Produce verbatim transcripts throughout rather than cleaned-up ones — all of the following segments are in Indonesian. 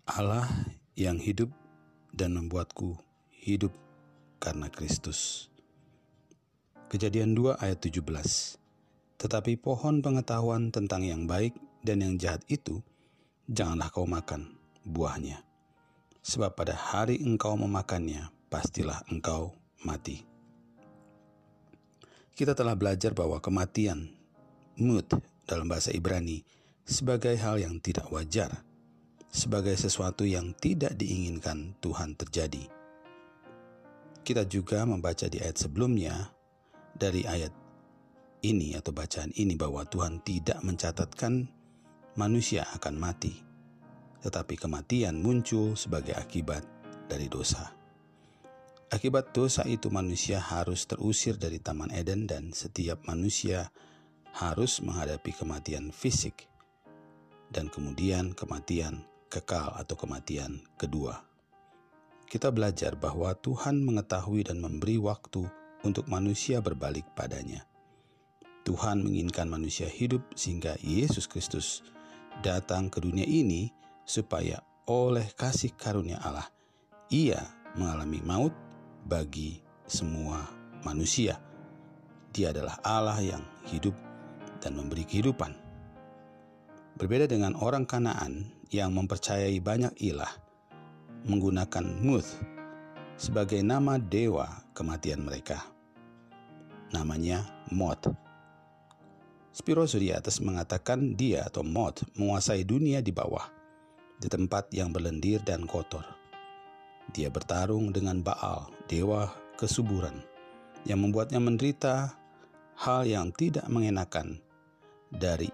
Allah yang hidup dan membuatku hidup karena Kristus. Kejadian dua ayat tujuh belas. Tetapi pohon pengetahuan tentang yang baik dan yang jahat itu, janganlah kau makan buahnya. Sebab pada hari engkau memakannya, pastilah engkau mati. Kita telah belajar bahwa kematian, maut dalam bahasa Ibrani, sebagai hal yang tidak wajar, sebagai sesuatu yang tidak diinginkan Tuhan terjadi. Kita juga membaca di ayat sebelumnya, dari ayat ini atau bacaan ini, bahwa Tuhan tidak mencatatkan manusia akan mati, tetapi kematian muncul sebagai akibat dari dosa. Akibat dosa itu manusia harus terusir dari Taman Eden dan setiap manusia harus menghadapi kematian fisik dan kemudian kematian kekal atau kematian kedua. Kita belajar bahwa Tuhan mengetahui dan memberi waktu untuk manusia berbalik padanya. Tuhan menginginkan manusia hidup sehingga Yesus Kristus datang ke dunia ini supaya oleh kasih karunia Allah, Ia mengalami maut bagi semua manusia. Dia adalah Allah yang hidup dan memberi kehidupan. Berbeda dengan orang Kanaan yang mempercayai banyak ilah, menggunakan Muth sebagai nama dewa kematian mereka. Namanya Mot. Spiro Zuriates mengatakan dia atau Mot menguasai dunia di bawah, di tempat yang berlendir dan kotor. Dia bertarung dengan Baal, dewa kesuburan, yang membuatnya menderita hal yang tidak mengenakan dari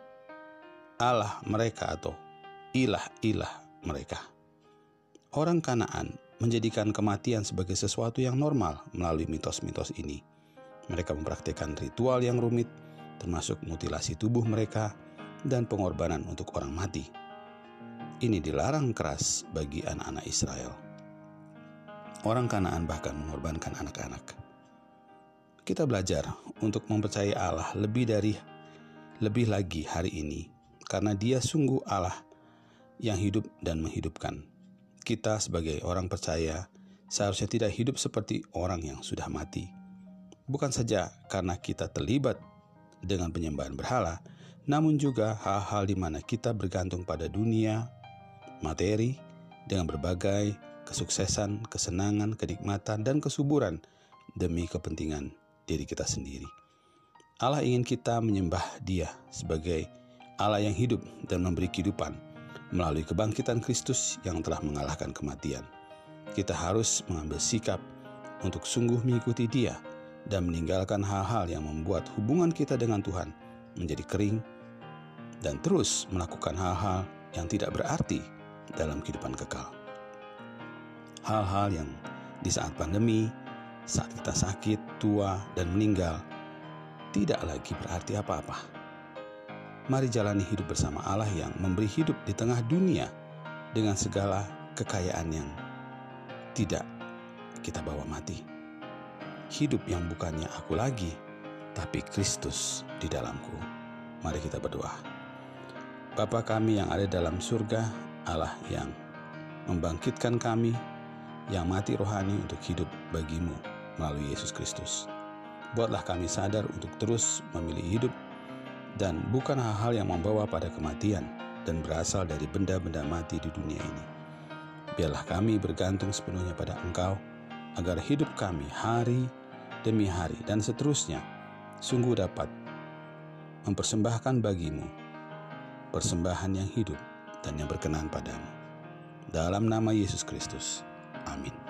Allah mereka atau ilah-ilah mereka. Orang Kanaan menjadikan kematian sebagai sesuatu yang normal melalui mitos-mitos ini. Mereka mempraktikkan ritual yang rumit, termasuk mutilasi tubuh mereka dan pengorbanan untuk orang mati. Ini dilarang keras bagi anak-anak Israel. Orang Kanaan bahkan mengorbankan anak-anak. Kita belajar untuk mempercayai Allah lebih dari lebih lagi hari ini, karena Dia sungguh Allah yang hidup dan menghidupkan. Kita sebagai orang percaya seharusnya tidak hidup seperti orang yang sudah mati. Bukan saja karena kita terlibat dengan penyembahan berhala, namun juga hal-hal di mana kita bergantung pada dunia, materi, dengan berbagai kesuksesan, kesenangan, kenikmatan, dan kesuburan demi kepentingan diri kita sendiri. Allah ingin kita menyembah Dia sebagai Allah yang hidup dan memberi kehidupan melalui kebangkitan Kristus yang telah mengalahkan kematian. Kita harus mengambil sikap untuk sungguh mengikuti Dia dan meninggalkan hal-hal yang membuat hubungan kita dengan Tuhan menjadi kering dan terus melakukan hal-hal yang tidak berarti dalam kehidupan kekal. Hal-hal yang di saat pandemi, saat kita sakit, tua, dan meninggal tidak lagi berarti apa-apa. Mari jalani hidup bersama Allah yang memberi hidup di tengah dunia dengan segala kekayaan yang tidak kita bawa mati. Hidup yang bukannya aku lagi, tapi Kristus di dalamku. Mari kita berdoa. Bapa kami yang ada dalam surga, Allah yang membangkitkan kami, yang mati rohani untuk hidup bagimu melalui Yesus Kristus. Buatlah kami sadar untuk terus memilih hidup dan bukan hal-hal yang membawa pada kematian dan berasal dari benda-benda mati di dunia ini. Biarlah kami bergantung sepenuhnya pada Engkau, agar hidup kami hari demi hari dan seterusnya sungguh dapat mempersembahkan bagimu persembahan yang hidup dan yang berkenan padamu. Dalam nama Yesus Kristus. Amin.